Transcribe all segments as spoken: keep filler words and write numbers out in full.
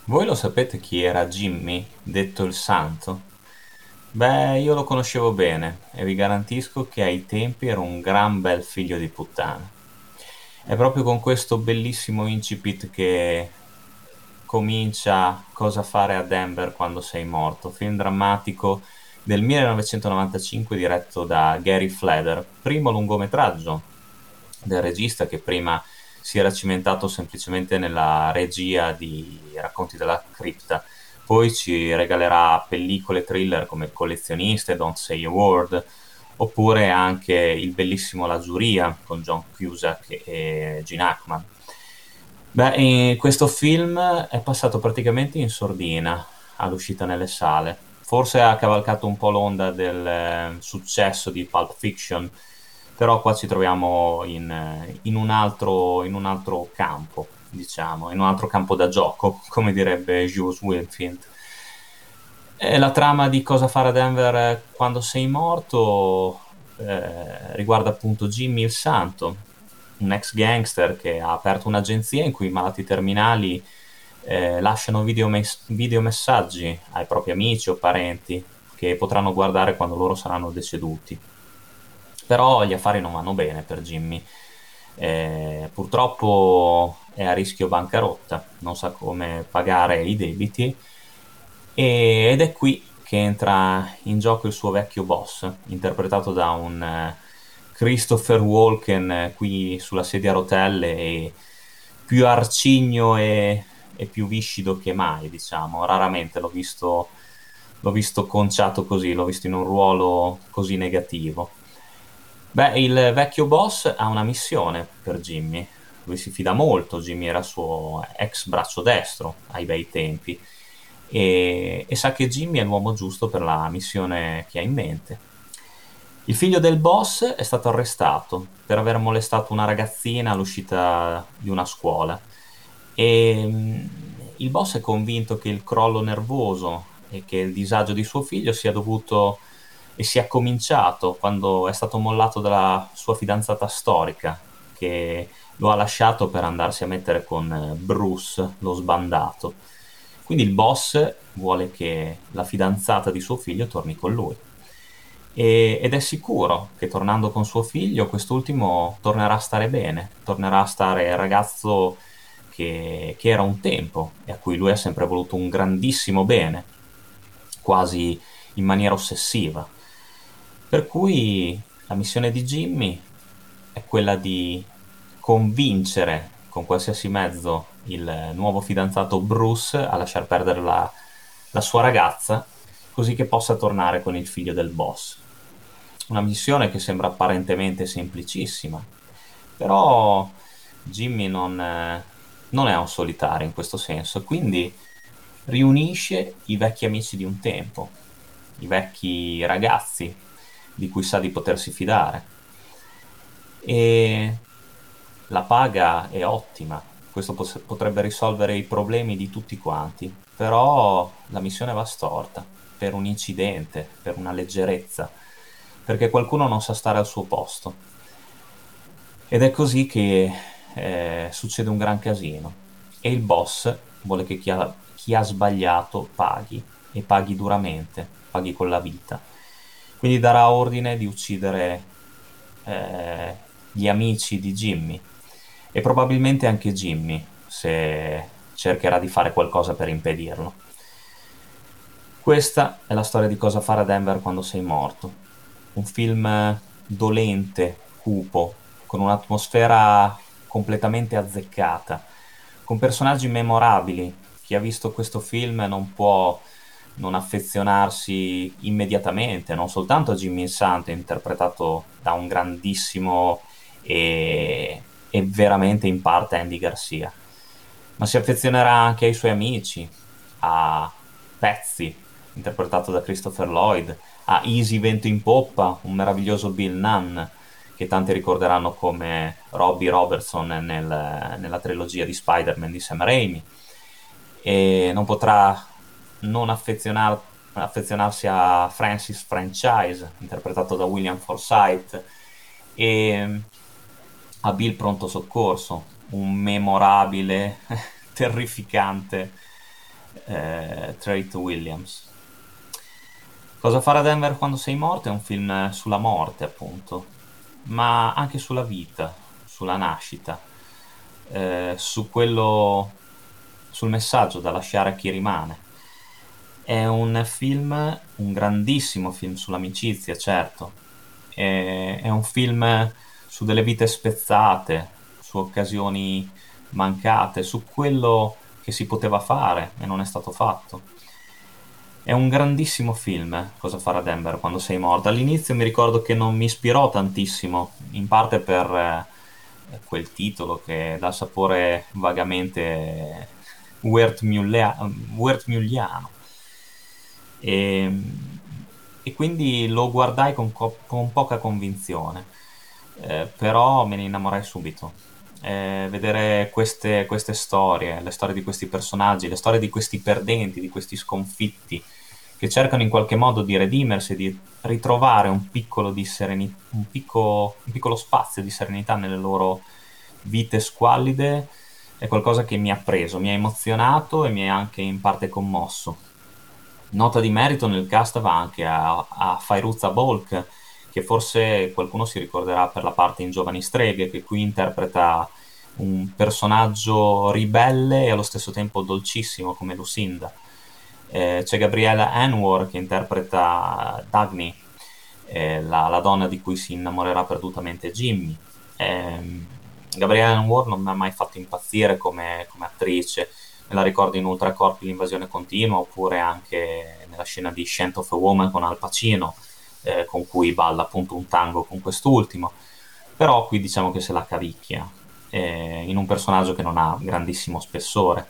Voi lo sapete chi era Jimmy, detto il Santo? Beh, io lo conoscevo bene e vi garantisco che ai tempi era un gran bel figlio di puttana. È proprio con questo bellissimo incipit che comincia Cosa fare a Denver quando sei morto, film drammatico del millenovecentonovantacinque diretto da Gary Fleder, primo lungometraggio del regista che prima si era cimentato semplicemente nella regia di Racconti della cripta. Poi ci regalerà pellicole thriller come Il collezionista e Don't Say a Word, oppure anche il bellissimo La giuria con John Cusack e Gene Hackman. Beh, eh, questo film è passato praticamente in sordina all'uscita nelle sale. Forse ha cavalcato un po' l'onda del eh, successo di Pulp Fiction, però qua ci troviamo in, eh, in un altro, in un altro campo, diciamo, in un altro campo da gioco, come direbbe Jules Winfield. E la trama di Cosa fare a Denver quando sei morto eh, riguarda appunto Jimmy il Santo, un ex gangster che ha aperto un'agenzia in cui i malati terminali eh, lasciano videomess- videomessaggi ai propri amici o parenti che potranno guardare quando loro saranno deceduti. Però gli affari non vanno bene per Jimmy. Eh, purtroppo è a rischio bancarotta, non sa come pagare i debiti e- ed è qui che entra in gioco il suo vecchio boss, interpretato da un eh, Christopher Walken eh, qui sulla sedia a rotelle e più arcigno e, e più viscido che mai, diciamo. Raramente l'ho visto, l'ho visto conciato così, l'ho visto in un ruolo così negativo. Beh, il vecchio boss ha una missione per Jimmy. Lui si fida molto, Jimmy era suo ex braccio destro ai bei tempi e, e sa che Jimmy è l'uomo giusto per la missione che ha in mente. Il figlio del boss è stato arrestato per aver molestato una ragazzina all'uscita di una scuola e mm, il boss è convinto che il crollo nervoso e che il disagio di suo figlio sia dovuto e sia cominciato quando è stato mollato dalla sua fidanzata storica che lo ha lasciato per andarsi a mettere con eh, Bruce, lo sbandato. Quindi il boss vuole che la fidanzata di suo figlio torni con lui. E- ed è sicuro che tornando con suo figlio, quest'ultimo tornerà a stare bene, tornerà a stare il ragazzo che, che era un tempo e a cui lui ha sempre voluto un grandissimo bene, quasi in maniera ossessiva. Per cui la missione di Jimmy è quella di convincere con qualsiasi mezzo il nuovo fidanzato Bruce a lasciar perdere la, la sua ragazza così che possa tornare con il figlio del boss. Una missione che sembra apparentemente semplicissima, però Jimmy non, eh, non è un solitario in questo senso, quindi riunisce i vecchi amici di un tempo, i vecchi ragazzi di cui sa di potersi fidare. E la paga è ottima, questo pos- potrebbe risolvere i problemi di tutti quanti, però la missione va storta per un incidente, per una leggerezza, perché qualcuno non sa stare al suo posto. Ed è così che eh, succede un gran casino. E il boss vuole che chi ha, chi ha sbagliato paghi, e paghi duramente, paghi con la vita. Quindi darà ordine di uccidere eh, gli amici di Jimmy e probabilmente anche Jimmy, se cercherà di fare qualcosa per impedirlo. Questa è la storia di Cosa fare a Denver quando sei morto. Un film dolente, cupo, con un'atmosfera completamente azzeccata, con personaggi memorabili. Chi ha visto questo film non può non affezionarsi immediatamente, non soltanto a Jimmy Santo, interpretato da un grandissimo e, e veramente in parte Andy Garcia, ma si affezionerà anche ai suoi amici, a Pezzi, interpretato da Christopher Lloyd, a Easy Vento in Poppa, un meraviglioso Bill Nunn, che tanti ricorderanno come Robbie Robertson nel- nella trilogia di Spider-Man di Sam Raimi, e non potrà non affezionar- affezionarsi a Francis Franchise, interpretato da William Forsythe, e a Bill Pronto Soccorso, un memorabile, terrificante eh, Treat Williams. Cosa fare a Denver quando sei morto è un film sulla morte, appunto, ma anche sulla vita, sulla nascita, eh, su quello, sul messaggio da lasciare a chi rimane. È un film, un grandissimo film sull'amicizia, certo. È, è un film su delle vite spezzate, su occasioni mancate, su quello che si poteva fare e non è stato fatto. È un grandissimo film, Cosa fare a Denver quando sei morto. All'inizio mi ricordo che non mi ispirò tantissimo, in parte per eh, quel titolo che dà sapore vagamente Wertmülliano. E, e quindi lo guardai con, co- con poca convinzione, eh, però me ne innamorai subito. Eh, vedere queste, queste storie, le storie di questi personaggi, le storie di questi perdenti, di questi sconfitti, che cercano in qualche modo di redimersi, di ritrovare un piccolo, di sereni- un picco- un piccolo spazio di serenità nelle loro vite squallide, è qualcosa che mi ha preso, mi ha emozionato e mi ha anche in parte commosso. Nota di merito nel cast va anche a, a Fairuza Balk, che forse qualcuno si ricorderà per la parte in Giovani Streghe, che qui interpreta un personaggio ribelle e allo stesso tempo dolcissimo come Lucinda. Eh, c'è Gabriella Anwar che interpreta Dagny, eh, la, la donna di cui si innamorerà perdutamente Jimmy. Ehm, Gabriella Anwar non mi ha mai fatto impazzire come, come attrice, me la ricordo in Ultracorpi l'invasione continua, oppure anche nella scena di Scent of a Woman con Al Pacino, eh, con cui balla appunto un tango con quest'ultimo. Però qui diciamo che se la cavicchia, eh, in un personaggio che non ha grandissimo spessore.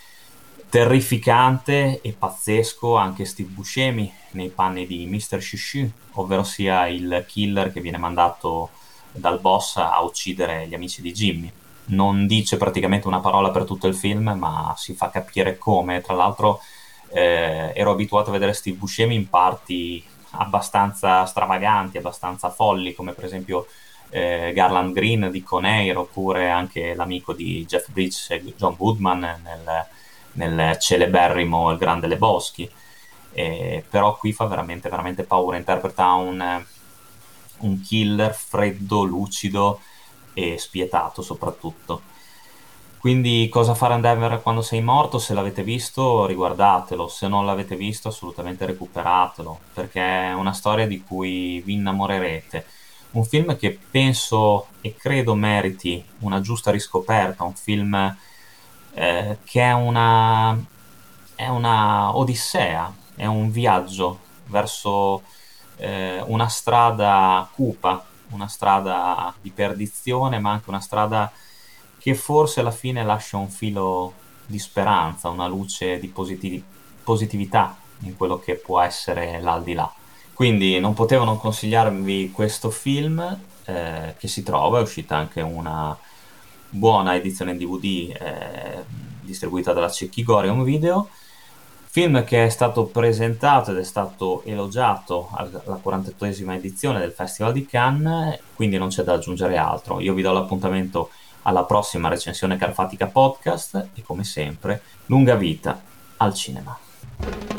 Terrificante e pazzesco anche Steve Buscemi nei panni di mister Shushu, ovvero sia il killer che viene mandato dal boss a uccidere gli amici di Jimmy. Non dice praticamente una parola per tutto il film, ma si fa capire come. Tra l'altro eh, ero abituato a vedere Steve Buscemi in parti abbastanza stravaganti, abbastanza folli, come per esempio eh, Garland Green di Conair, oppure anche l'amico di Jeff Bridges, John Goodman, nel, nel celeberrimo Il Grande Lebowski. Eh, però qui fa veramente, veramente paura. Interpreta un, un killer freddo, lucido e spietato soprattutto. Quindi Cosa fare a Denver quando sei morto? Se l'avete visto, riguardatelo, se non l'avete visto, assolutamente recuperatelo, perché è una storia di cui vi innamorerete. Un film che penso e credo meriti una giusta riscoperta, un film eh, che è una, è una odissea, è un viaggio verso eh, una strada cupa, una strada di perdizione, ma anche una strada che forse alla fine lascia un filo di speranza, una luce di positivi- positività in quello che può essere l'aldilà. Quindi non potevo non consigliarvi questo film, eh, che si trova, è uscita anche una buona edizione D V D eh, distribuita dalla Cecchigori Home Video. Film che è stato presentato ed è stato elogiato alla quarantottesima edizione del Festival di Cannes, quindi non c'è da aggiungere altro. Io vi do l'appuntamento alla prossima recensione Carfatica Podcast e come sempre, lunga vita al cinema.